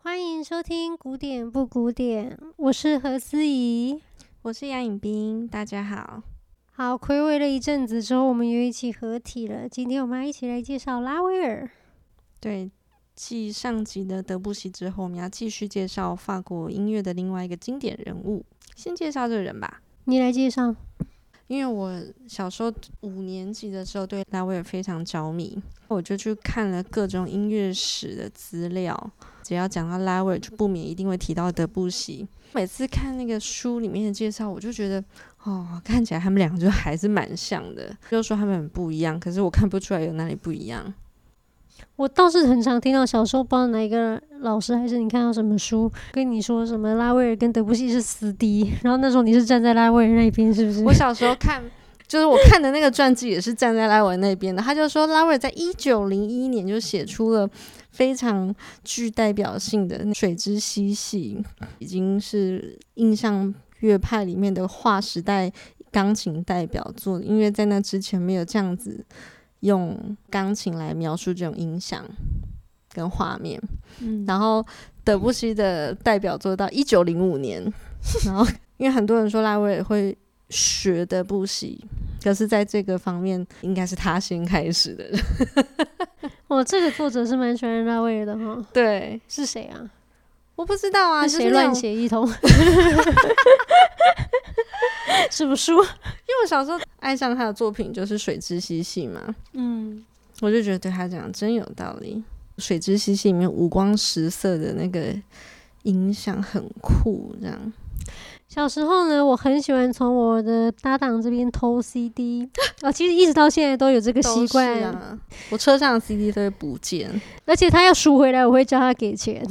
欢迎收听古典不古典，我是何思怡， 我是杨颖彬，大家好。 好，睽违了一阵子之后，我们又一起合体了。今天我们要一起来介绍拉威尔。 对，继上集的德布西之后，我们要继续介绍法国音乐的另外一个经典人物。先介绍这个人吧， 你来介绍。 因为我小时候5年级的时候对拉威尔非常着迷，我就去看了各种音乐史的资料，只要讲到拉威尔就不免一定会提到德布西。每次看那个书里面的介绍，我就觉得看起来他们两个就还是蛮像的，就说他们很不一样，可是我看不出来有哪里不一样。 我倒是很常听到小时候不知道哪一个老师还是你看到什么书跟你说什么拉威尔跟德布西是死敌，然后那时候你是站在拉威尔那边，是不是？ 我小时候看就是我看的那个传记也是站在拉威尔那边的，他就说拉威尔在1901年就写出了非常具代表性的水之嬉戏，已经是印象乐派里面的划时代钢琴代表作，因为在那之前没有这样子用钢琴来描述这种音响跟画面。然后德布西的代表作到1905年，然后因为很多人说拉威尔会学德布西，可是在这个方面应该是他先开始的。 这个作者是蛮喜欢拉威尔的哈。 对， 是谁啊？ 我不知道啊， 是谁乱写一通？什么书？因为我小时候爱上他的作品就是水之嬉戏嘛，我就觉得对他讲真有道理。水之嬉戏里面五光十色的那个音响很酷，这样。 小时候呢，我很喜欢从我的搭档这边偷 CD，其实一直到现在都有这个习惯。 啊，我车上的 CD 都会不见， 而且他要赎回来，我会叫他给钱。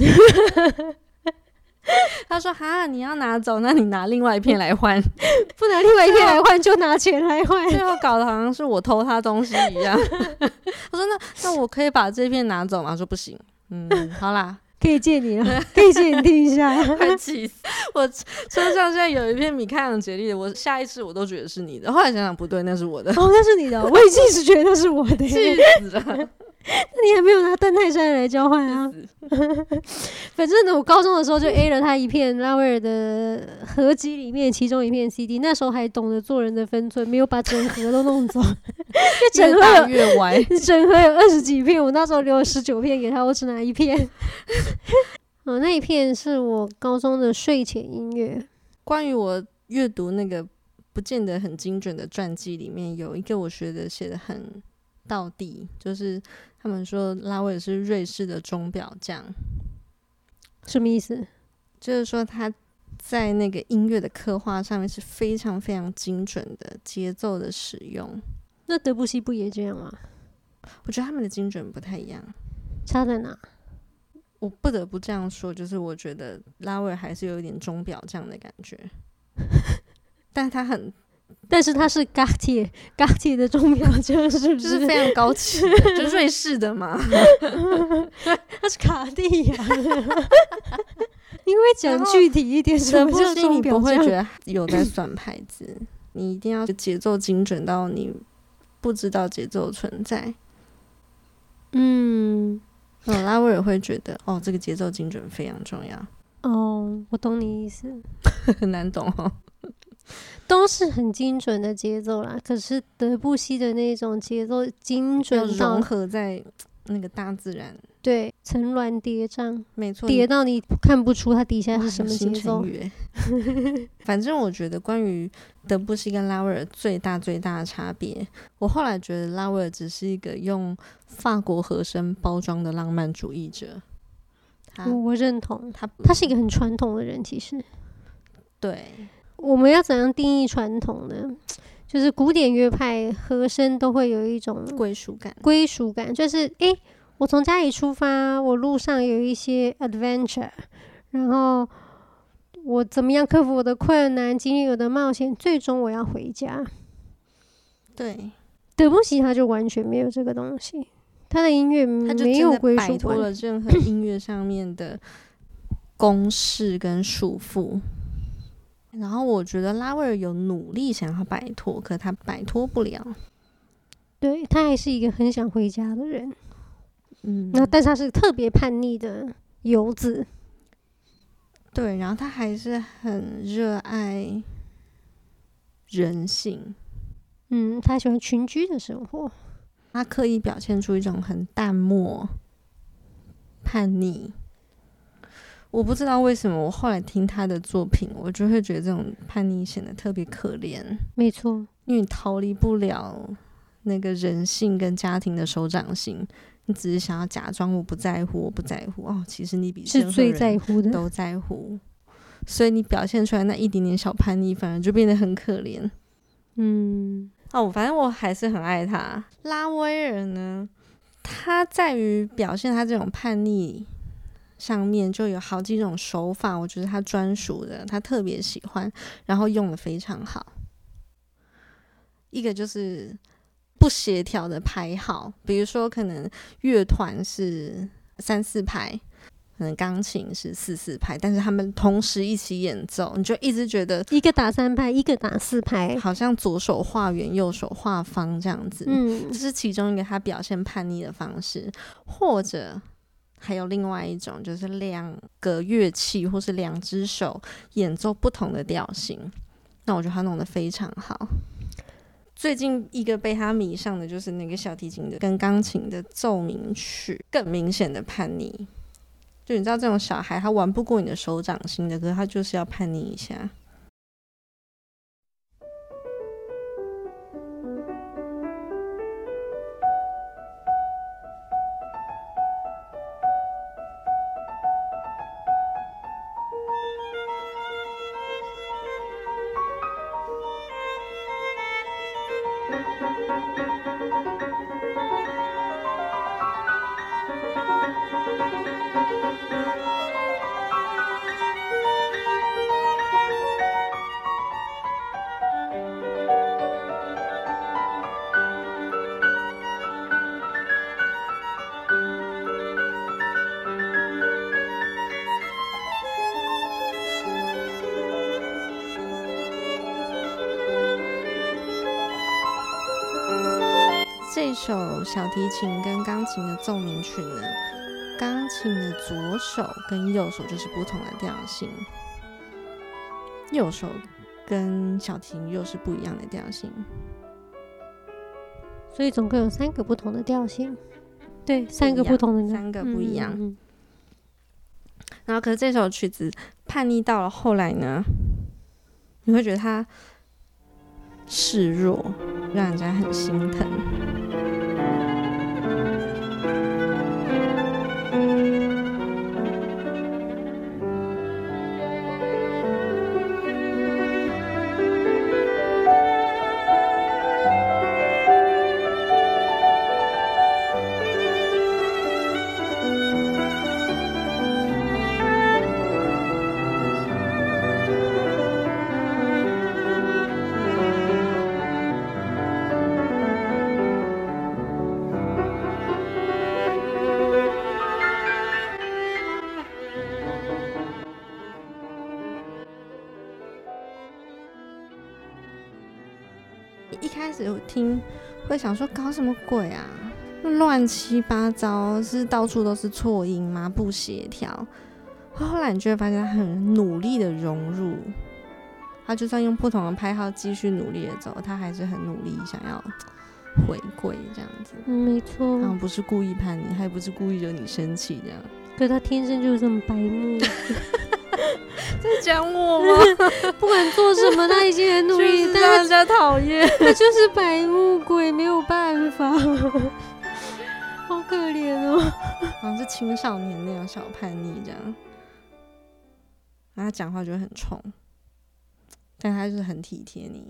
他说：“哈，你要拿走，那你拿另外一片来换， 不拿另外一片来换，就拿钱来换。” 最后搞得好像是我偷他东西一样。我说：“那我可以把这片拿走吗？”他说：“不行。”好啦。 可以借你了，可以借你听一下。 快气死！我车上现在有一片米开朗杰利的，我下意识我都觉得是你的，后来想想不对，那是我的。 那是你的，我也一直觉得那是我的， 气死了。 那你还没有拿邓泰山来交换啊？反正呢，我高中的时候就 A 了他一片拉威尔的合集里面其中一片 CD， 那时候还懂得做人的分寸，没有把整盒都弄走。 越大越歪， 整盒有20几片，我那时候留了19片给他，我只拿1片。那一片是我高中的睡前音乐。 关于我阅读那个不见得很精准的传记里面，有一个我觉得写得很道地，就是他们说拉威尔是瑞士的钟表匠。 什么意思？ 就是说他在那个音乐的刻画上面是非常非常精准的节奏的使用。 那德布西不也这样吗？ 我觉得他们的精准不太一样。 差在哪？ 我不得不这样说，就是我觉得拉威尔还是有一点钟表匠的感觉。但是他是 Cartier 的钟表匠，是不是？ 就是非常高级的，就瑞士的嘛。 他是卡地亚。你会讲具体一点，什么叫钟表匠？ 你不会觉得有在算牌子，你一定要节奏精准到你不知道节奏存在。拉威尔会觉得这个节奏精准非常重要。 我懂你意思。 很难懂都是很精准的节奏啦，可是德布西的那种节奏精准到融合在那个大自然， 对，层峦叠嶂， 没错， 叠到你看不出它底下是什么节奏。 反正我觉得关于德布西跟拉威尔最大的差别，我后来觉得拉威尔只是一个用法国和声包装的浪漫主义者。 我认同他是一个很传统的人。其实对， 我们要怎样定义传统呢？就是古典乐派和声都会有一种归属感， 就是我从家里出发，我路上有一些 adventure， 然后我怎么样克服我的困难，经历我的冒险，最终我要回家。 对， 德布西他就完全没有这个东西，他的音乐没有归属感， 摆脱了任何音乐上面的公式跟束缚。然后我觉得拉威尔有努力想要摆脱，可他摆脱不了。 对，他还是一个很想回家的人。但是他是特别叛逆的游子。 对，然后他还是很热爱人性， 他喜欢群居的生活， 他刻意表现出一种很淡漠、叛逆。我不知道为什么，我后来听他的作品，我就会觉得这种叛逆显得特别可怜。 没错， 因为你逃离不了那个人性跟家庭的手掌心，你只是想要假装我不在乎，我不在乎哦，其实你比任何是最在乎的， 都在乎。所以你表现出来那一点点小叛逆，反而就变得很可怜。反正我还是很爱他。拉威尔呢，他在于表现他这种叛逆上面就有好几种手法，我觉得他专属的，他特别喜欢，然后用的非常好。一个就是不协调的排号，比如说可能乐团是3-4拍，可能钢琴是4-4拍，但是他们同时一起演奏，你就一直觉得一个打3拍，一个打4拍， 好像左手画圆，右手画方这样子。这是其中一个他表现叛逆的方式。或者还有另外一种，就是2个乐器或是2只手演奏不同的调性，那我觉得他弄得非常好。最近一个被他迷上的就是那个小提琴的跟钢琴的奏鸣曲，更明显的叛逆。就你知道这种小孩他玩不过你的手掌心的，可是他就是要叛逆一下。这首小提琴跟钢琴的奏鸣曲呢，钢琴的左手跟右手就是不同的调性，右手跟小提琴又是不一样的调性， 所以总共有3个不同的调性。对，3个不同的 ，3个不一样。然后可是这首曲子叛逆到了后来呢，你会觉得他示弱，让人家很心疼。一开始我听会想说搞什么鬼啊，乱七八糟，是到处都是错音吗？不协调。后来你就会发现他很努力的融入，他就算用不同的拍号继续努力的走，他还是很努力想要回归这样子。 没错， 然后不是故意叛逆，还不是故意惹你生气这样。 可是他天生就是这么白目。 在讲我吗？ 不管做什么他已经很努力， 就是让人家讨厌。 他就是白目鬼，没有办法。好可怜哦。 好像是青少年那种小叛逆这样，然后他讲话就会很冲，但他就是很体贴你。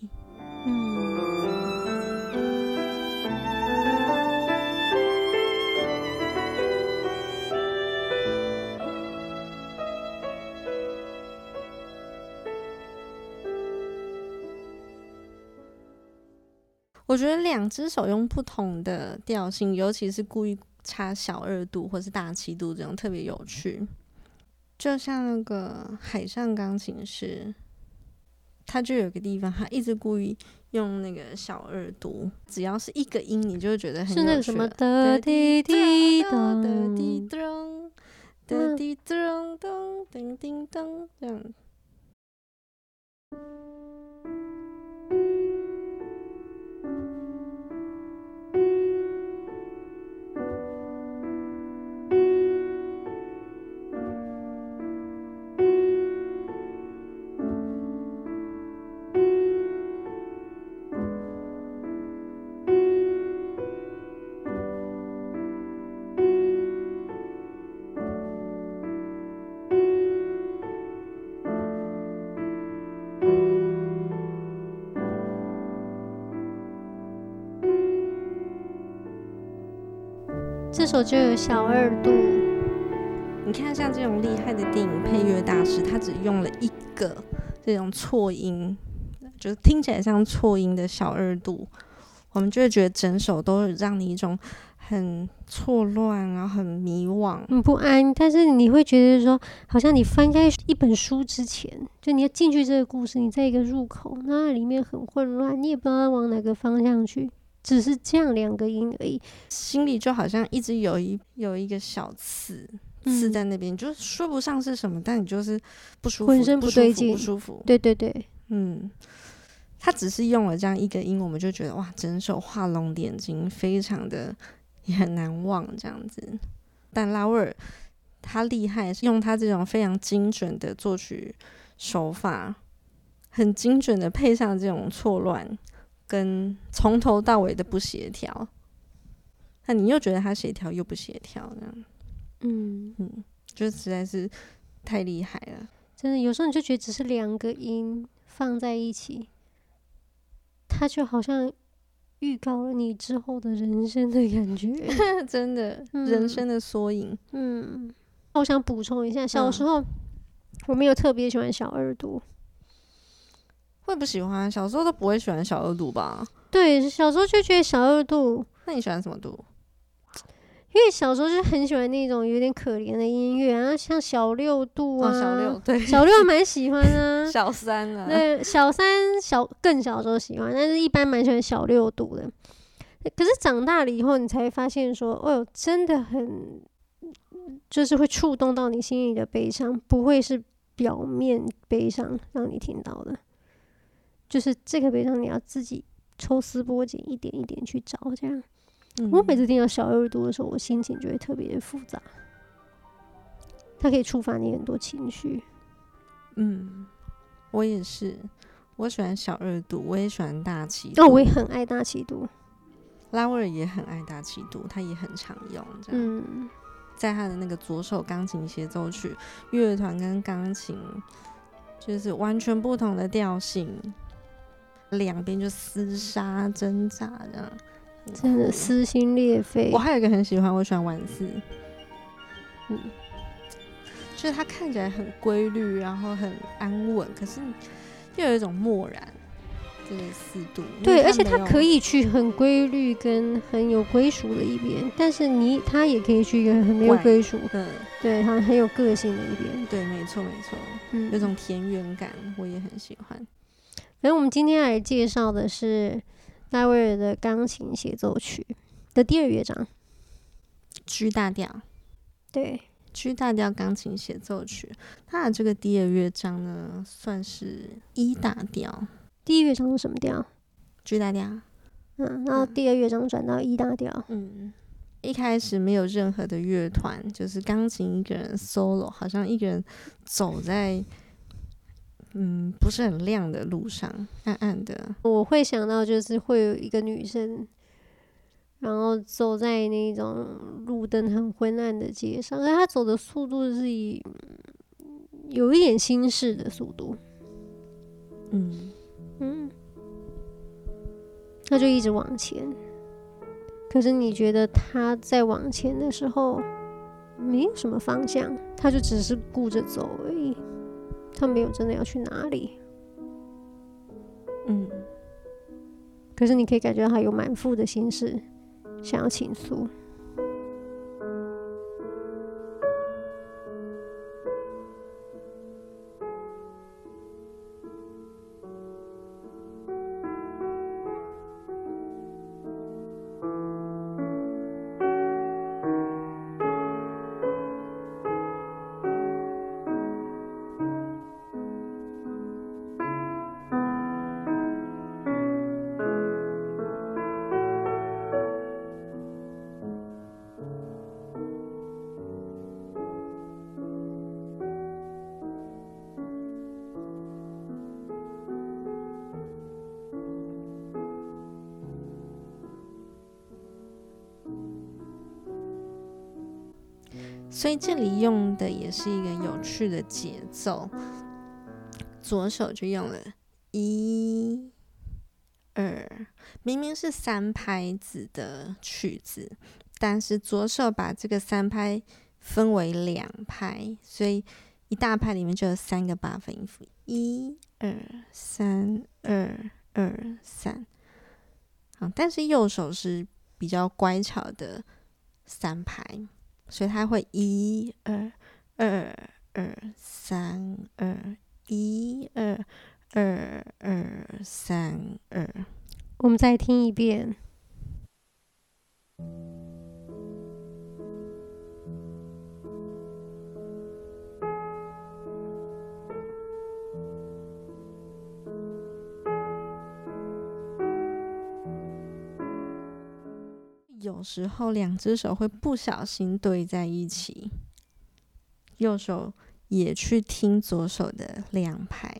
我觉得2只手用不同的调性，尤其是故意插小2度或是大7度这种特别有趣。就像那个海上钢琴师，他就有个地方他一直故意用那个小2度，只要是一个音你就会觉得很有趣。 是那个什么的滴滴咚的滴咚的滴咚咚叮叮当这样。 这首就有小二度。 你看，像这种厉害的电影配乐大师，他只用了一个这种错音，就是听起来像错音的小二度，我们就会觉得整首都让你一种很错乱，然后很迷惘、 很不安。但是你会觉得说，好像你翻开一本书之前，就你要进去这个故事，你在一个入口，那里面很混乱，你也不知道往哪个方向去。只是这样2个音而已， 心里就好像一直有一个小刺在那边，就说不上是什么，但你就是不舒服， 浑身不对劲， 不舒服。 对对对， 他只是用了这样一个音，我们就觉得哇，整首画龙点睛，非常的也很难忘这样子。但拉威尔他厉害，是用他这种非常精准的作曲手法，很精准的配上这种错乱。跟从头到尾的不协调，那你又觉得他协调又不协调，这样，就实在是太厉害了。 真的，有时候你就觉得只是2个音放在一起，它就好像预告了你之后的人生的感觉， 真的，人生的缩影。 我想补充一下，小时候我没有特别喜欢小二度。 会不喜欢？小时候都不会喜欢小二度吧？ 对，小时候就觉得小二度。 那你喜欢什么度？ 因为小时候就很喜欢那种有点可怜的音乐啊，像小6度啊， 小6对， 小6蛮喜欢啊， 小3啊， 对，小3更小时候喜欢，但是一般蛮喜欢小6度的。可是长大了以后，你才发现说，哦哟，真的很，就是会触动到你心里的悲伤，不会是表面悲伤让你听到的。就是这个悲伤，你要自己抽丝剥茧，一点一点去找。这样，我每次听到小二度的时候，我心情就会特别的复杂。它可以触发你很多情绪。 我也是，我喜欢小二度，我也喜欢大七度。 我也很爱大七度。 拉威尔也很爱大七度，他也很常用。这样，在他的那个左手钢琴协奏曲，乐团跟钢琴就是完全不同的调性。两边就厮杀挣扎，这样真的撕心裂肺。 我还有一个很喜欢，我喜欢晚四，就是它看起来很规律，然后很安稳，可是又有一种漠然，这个4度。 对，而且它可以去很规律跟很有归属的一边，但是它也可以去一个很没有归属，对，它很有个性的一边。 对，没错没错，有种田园感，我也很喜欢。 反正我们今天来介绍的是拉威尔的钢琴协奏曲的第2乐章 G 大调。 对， G 大调钢琴协奏曲，它的这个第2乐章呢，算是E 大调。 第1乐章是什么调？ G 大调。 然后第2乐章转到E 大调。 一开始没有任何的乐团，就是钢琴一个人 solo， 好像一个人走在不是很亮的路上，暗暗的。 我会想到就是会有一个女生，然后走在那种路灯很昏暗的街上，而她走的速度是有一点心事的速度。她就一直往前，可是你觉得她在往前的时候没有什么方向，她就只是顾着走而已。他没有真的要去哪里，可是你可以感觉到他有满腹的心事想要倾诉。 所以这里用的也是一个有趣的节奏，左手就用了1、2，明明是3拍子的曲子，但是左手把这个3拍分为2拍，所以一大拍里面就有3个8分音符，1、2、3、2、2、3。好，但是右手是比较乖巧的3拍，所以它会1、2、2、2、3、2、1、2、2、2、3、2。 我们再听一遍。 有时候2只手会不小心对在一起，右手也去听左手的2拍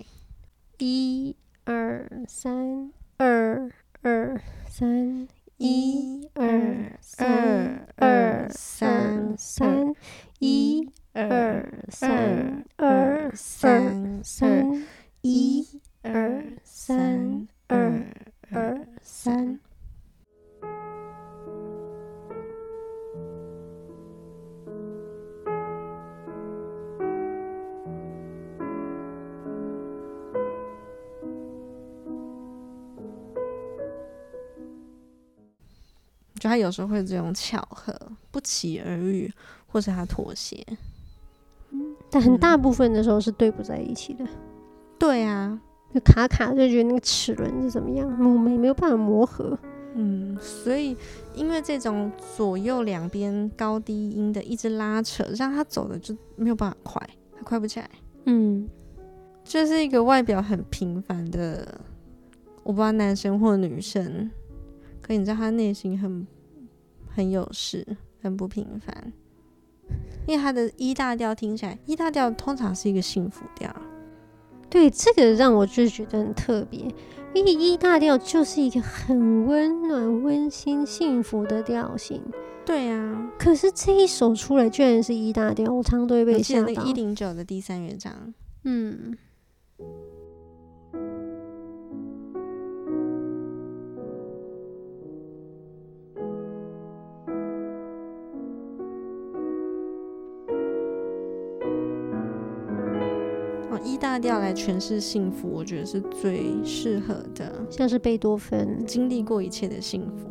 ，1、2、3、2、2、3、1、2、3、2、3、3、1、2、3、2、3、3、1、2、3、2、3。 就他有时候会这种巧合，不期而遇，或是他妥协， 但很大部分的时候是对不在一起的。 对啊， 就卡卡，就觉得那个齿轮是怎么样，母眉没有办法磨合。 所以因为这种左右两边高低音的一直拉扯，让他走的就没有办法快，他快不起来。就是一个外表很平凡的，我不知道男生或女生，可你知道他内心很有事，很不平凡。因为他的E大调听起来，E大调通常是一个幸福调。 对，这个让我就觉得很特别，因为E大调就是一个很温暖、温馨、幸福的调性。 对啊， 可是这一首出来居然是E大调，我常常都会被吓到。 那个109的第3乐章。E大调来诠释幸福，我觉得是最适合的， 像是贝多芬经历过一切的幸福。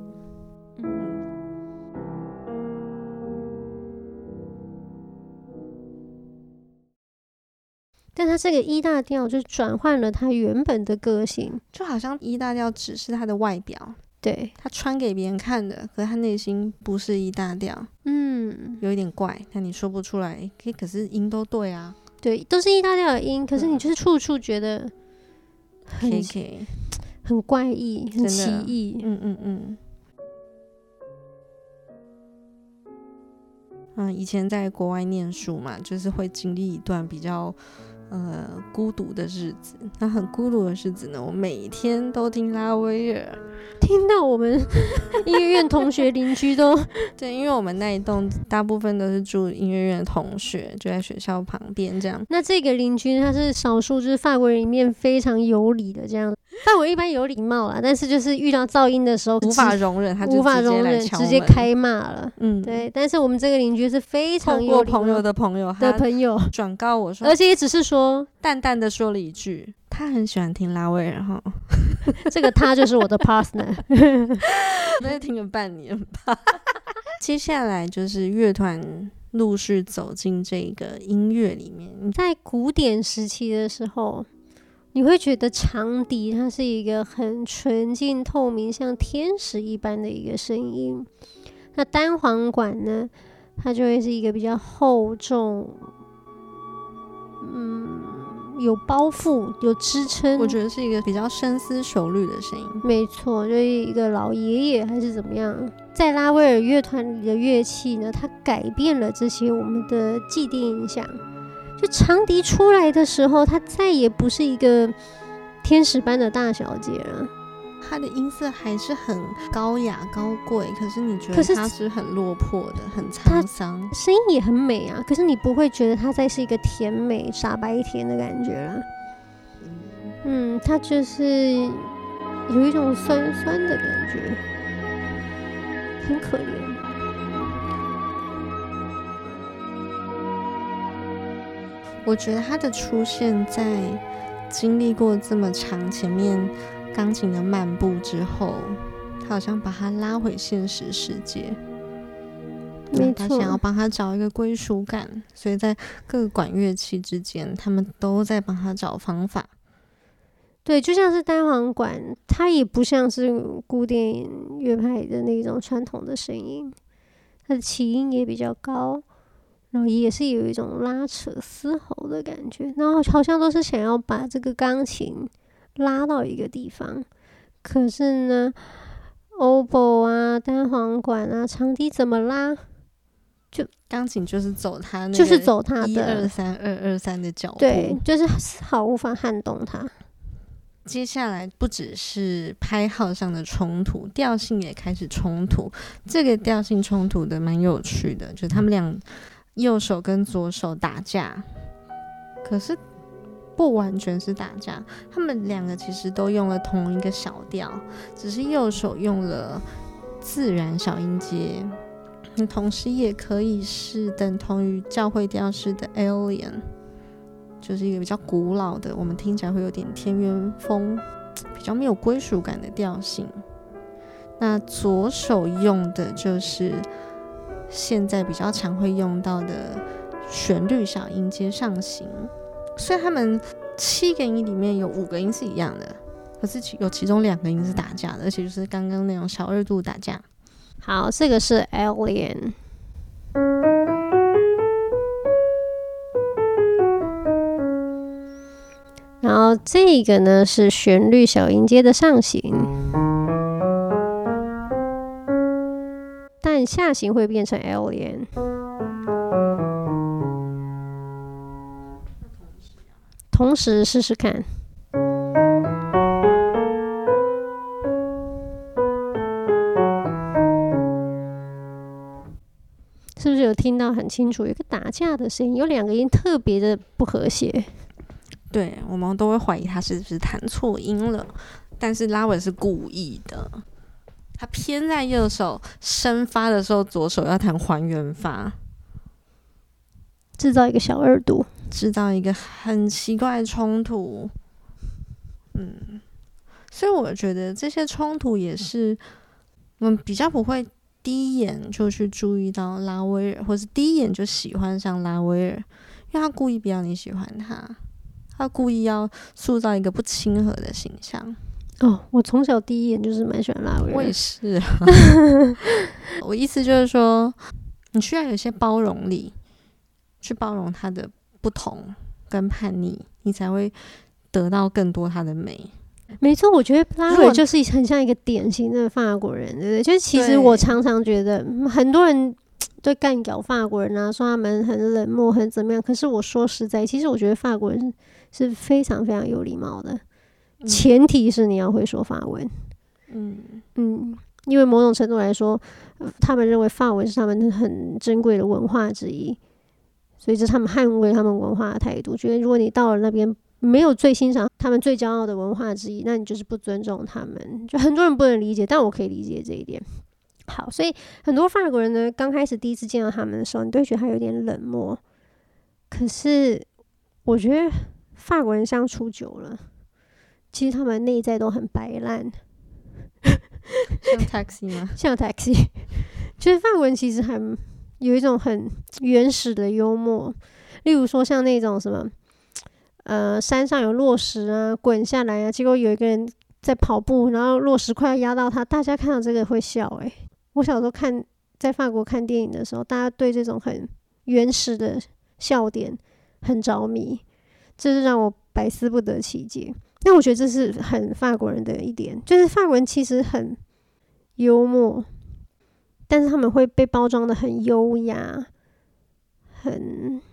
但他这个E大调就转换了他原本的个性， 就好像E大调只是他的外表， 对， 他穿给别人看的，可是他内心不是E大调，有一点怪，但你说不出来，可是音都对啊， 对，都是E大调的音，可是你就是处处觉得很怪异，很奇异。 以前在国外念书嘛，就是会经历一段比较孤独的日子。那很孤独的日子呢，我每天都听拉威尔， 听到我们音乐院同学邻居都对，因为我们那一栋大部分都是住音乐院的同学，就在学校旁边这样。 那这个邻居他是少数就是法国人里面非常有礼的这样。法国一般有礼貌啦，但是就是遇到噪音的时候无法容忍，他就直接开骂了。对。但是我们这个邻居是非常有礼貌， 透过朋友的朋友转告我说， 而且也只是说淡淡的说了一句，他很喜欢听拉威尔哈。 这个他就是我的 partner， 那就听了半年吧。接下来就是乐团陆续走进这个音乐里面， 在古典时期的时候。你会觉得长笛它是一个很纯净透明像天使一般的一个声音，那单簧管呢它就会是一个比较厚重有包覆有支撑， 我觉得是一个比较深思熟虑的声音。 没错，就是一个老爷爷还是怎么样。在拉威尔乐团里的乐器呢，它改变了这些我们的既定印象，就长笛出来的时候，它再也不是一个天使般的大小姐了， 它的音色还是很高雅高贵，可是你觉得它是很落魄的，很沧桑， 声音也很美啊，可是你不会觉得它在是一个甜美傻白甜的感觉啦。它就是有一种酸酸的感觉，很可怜。 我觉得他的出现在经历过这么长前面钢琴的漫步之后，他好像把他拉回现实世界，他想要帮他找一个归属感，所以在各个管乐器之间他们都在帮他找方法。 对，就像是单簧管，它也不像是古典乐派的那种传统的声音，它的起音也比较高，然后也是有一种拉扯嘶吼的感觉，然后好像都是想要把这个钢琴拉到一个地方。可是呢 oboe 啊单簧管啊长笛怎么拉，就钢琴就是走它那个就是走它的 123的脚步， 对，就是丝毫无法撼动它。 接下来不只是拍号上的冲突，调性也开始冲突。这个调性冲突的蛮有趣的，就是他们俩右手跟左手打架，可是不完全是打架，他们两个其实都用了同一个小调，只是右手用了自然小音阶，同时也可以是等同于教会调式的 Alien， 就是一个比较古老的，我们听起来会有点田园风，比较没有归属感的调性。那左手用的就是现在比较常会用到的旋律小音阶上行，所以他们7个音里面有5个音是一样的，可是有其中2个音是打架的，而且就是刚刚那种小2度打架。 好，这个是 Alien。然后这个呢是旋律小音阶的上行，但下行会变成 Alien。同时试试看。是不是有听到很清楚有一个打架的声音，有2个音特别的不和谐。 对，我们都会怀疑他是不是弹错音了，但是拉文是故意的，他偏在右手升发的时候，左手要弹还原发， 制造一个小2度， 制造一个很奇怪的冲突。所以我觉得这些冲突也是我们比较不会第一眼就去注意到拉威尔，或是第一眼就喜欢上拉威尔，因为他故意不要你喜欢他，他故意要塑造一个不亲和的形象。 我从小第一眼就是蛮喜欢拉威尔。 我也是我意思就是说，你需要有一些包容力，去包容他的不同跟叛逆，你才会得到更多他的美。 没错，我觉得拉威尔就是很像一个典型的法国人，对不对？就是其实我常常觉得很多人对干掉法国人啊，说他们很冷漠很怎么样，可是我说实在，其实我觉得法国人是非常非常有礼貌的，前提是你要会说法文。因为某种程度来说，他们认为法文是他们很珍贵的文化之一，所以这是他们捍卫他们文化的态度，觉得如果你到了那边没有最欣赏他们最骄傲的文化之一，那你就是不尊重他们。就很多人不能理解，但我可以理解这一点。好，所以很多法国人呢，刚开始第一次见到他们的时候，你都会觉得他有点冷漠。可是我觉得法国人相处久了，其实他们内在都很白烂。 像 Taxi 吗？ 像 Taxi， 就是法国人其实还有一种很原始的幽默，例如说像那种什么。山上有落石啊，滚下来啊，结果有一个人在跑步，然后落石快要压到他，大家看到这个会笑。我小时候在法国看电影的时候，大家对这种很原始的笑点很着迷，这是让我百思不得其解。但我觉得这是很法国人的一点，就是法国人其实很幽默，但是他们会被包装的很优雅，很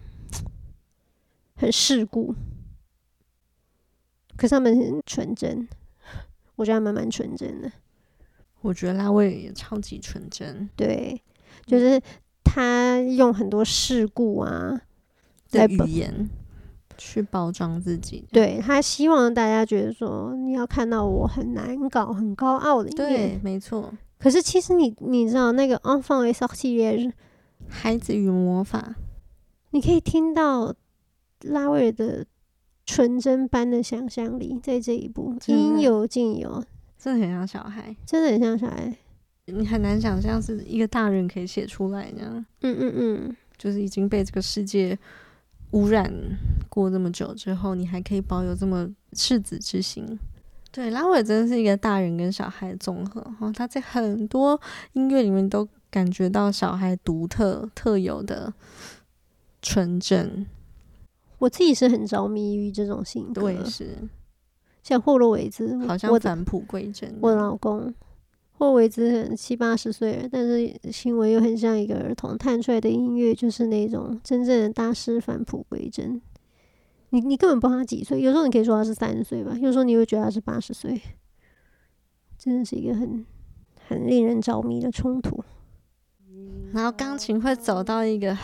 世故。可是他们很纯真， 我觉得还蛮纯真的。 我觉得拉威尔也超级纯真， 对，就是他用很多事故啊的语言去包装自己， 对，他希望大家觉得说你要看到我很难搞很高傲的一面。 对，没错。 可是其实你知道那个 Enfant et Sorcière 孩子与魔法， 你可以听到拉威尔的纯真般的想象力在这一部，应有尽有， 真的很像小孩， 真的很像小孩。 你很难想象是一个大人可以写出来这样。就是已经被这个世界污染过这么久之后，你还可以保有这么赤子之心。对，拉威尔真的是一个大人跟小孩的综合，他在很多音乐里面都感觉到小孩独特特有的纯真。 我自己是很着迷于这种性格， 我也是。 像霍洛维兹， 好像返璞归真。 我老公霍洛维兹70-80岁了，但是行为又很像一个儿童，弹出来的音乐就是那种真正的大师返璞归真。你根本不知道他几岁，有时候你可以说他是30岁吧，有时候你会觉得他是80岁，真的是一个很令人着迷的冲突。 然后钢琴会走到一个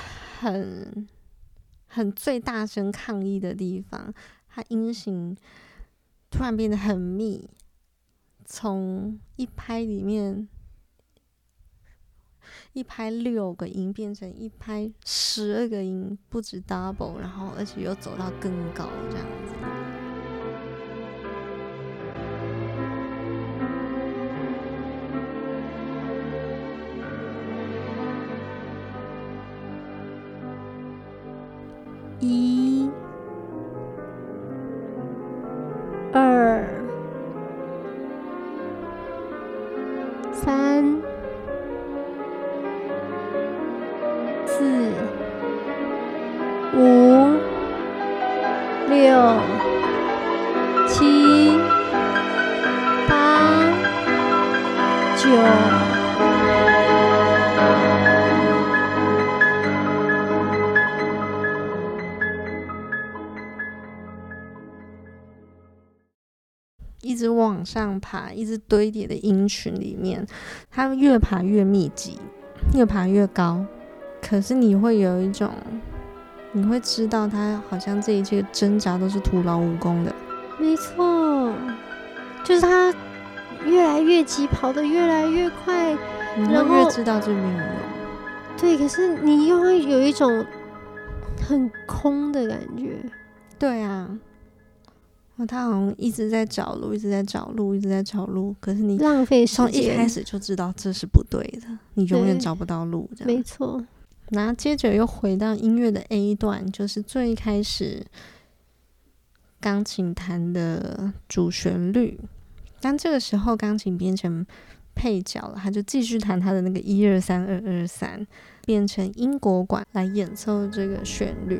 很最大声抗议的地方，它音型突然变得很密，从一拍里面一拍6个音变成一拍12个音，不止 double， 然后而且又走到更高这样子。 1、2、3、4、5、6、7、8、9。 一直往上爬，一直堆叠的音群里面，它越爬越密集，越爬越高。可是你会有一种，你会知道它好像这一切挣扎都是徒劳无功的。 没错，就是它越来越急，跑得越来越快， 你会越知道这没有用。 对，可是你又会有一种很空的感觉。 对啊。他好像一直在找路，一直在找路，一直在找路。可是你浪费时间， 从一开始就知道这是不对的，你永远找不到路。这样没错。 然后接着又回到音乐的 A 段，就是最开始钢琴弹的主旋律。但这个时候钢琴变成配角了，他就继续弹他的那个123-223，变成英国管来演奏这个旋律。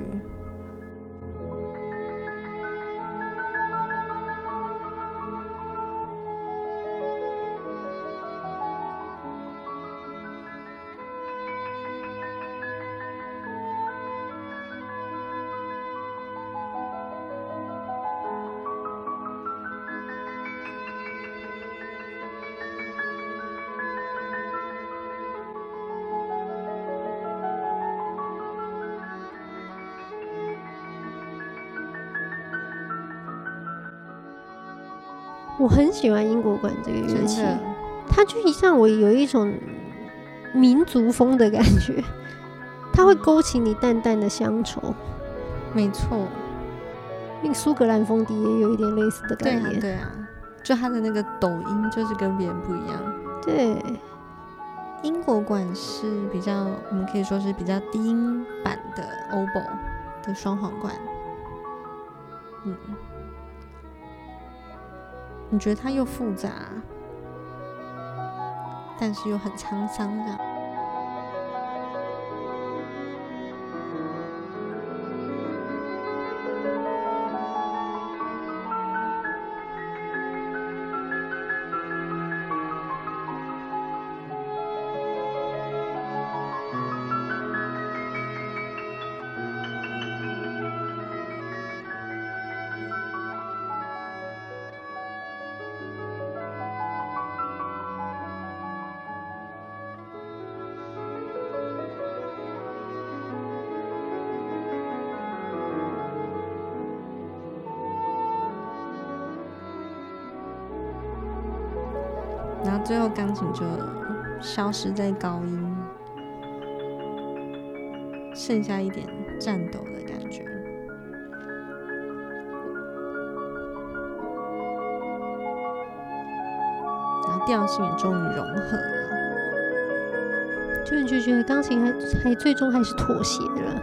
我很喜欢英国管这个乐器，它就让我有一种民族风的感觉，它会勾起你淡淡的乡愁。 没错， 那个苏格兰风笛也有一点类似的概念。 对啊，就它的那个抖音就是跟别人不一样。 对， 英国管是比较，我们可以说是比较低音版的 oboe 的双簧管。你觉得它又复杂，但是又很沧桑这样。 然后最后钢琴就消失在高音，剩下一点颤抖的感觉。然后调性也终于融合了， 就你就觉得钢琴还最终还是妥协了。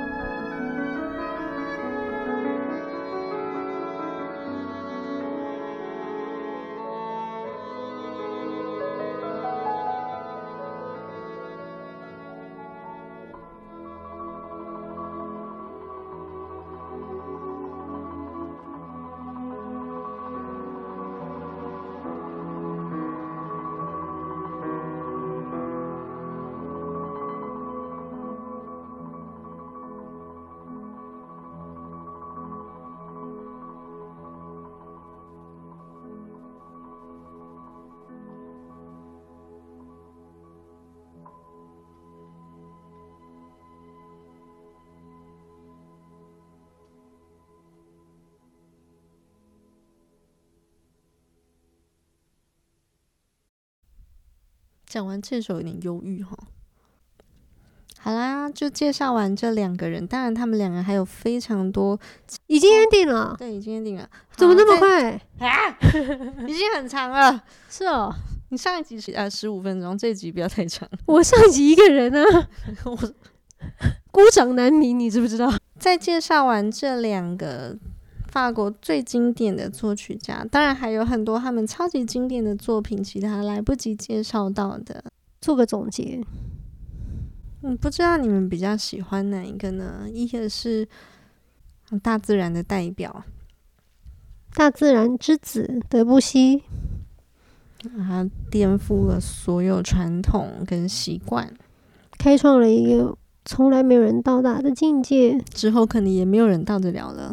讲完这首有点忧郁齁。好啦，就介绍完这2个人，当然他们2个还有非常多， 已经 ending 了。 对，已经 ending 了。 怎么那么快啊？已经很长了。 是哦， 你上一集15分钟，这集不要太长。 我上一集一个人啊，孤掌难鸣，你知不知道？ 在介绍完这2个法国最经典的作曲家，当然还有很多他们超级经典的作品，其他来不及介绍到的， 做个总结。 不知道你们比较喜欢哪一个呢？一个是大自然的代表， 大自然之子德布西， 他颠覆了所有传统跟习惯， 开创了一个从来没有人到达的境界， 之后可能也没有人到得了了。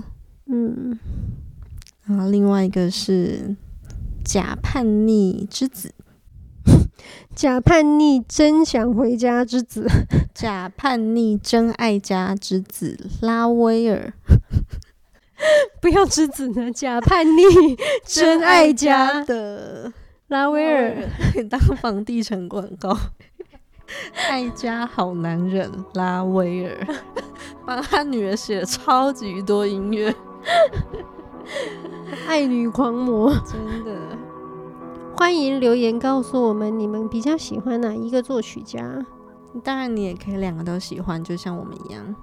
然后另外一个是假叛逆之子， 假叛逆真想回家之子， 假叛逆真爱家之子拉威尔。 不要之子呢，假叛逆真爱家的拉威尔可以当房地产广告。爱家好男人拉威尔帮他女儿写了超级多音乐， 爱女狂魔， 真的。 欢迎留言告诉我们你们比较喜欢哪一个作曲家。 当然你也可以2个都喜欢，就像我们一样。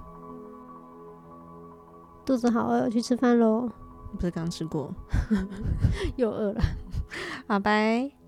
肚子好饿，去吃饭咯。 不是刚吃过又饿了。 好，拜。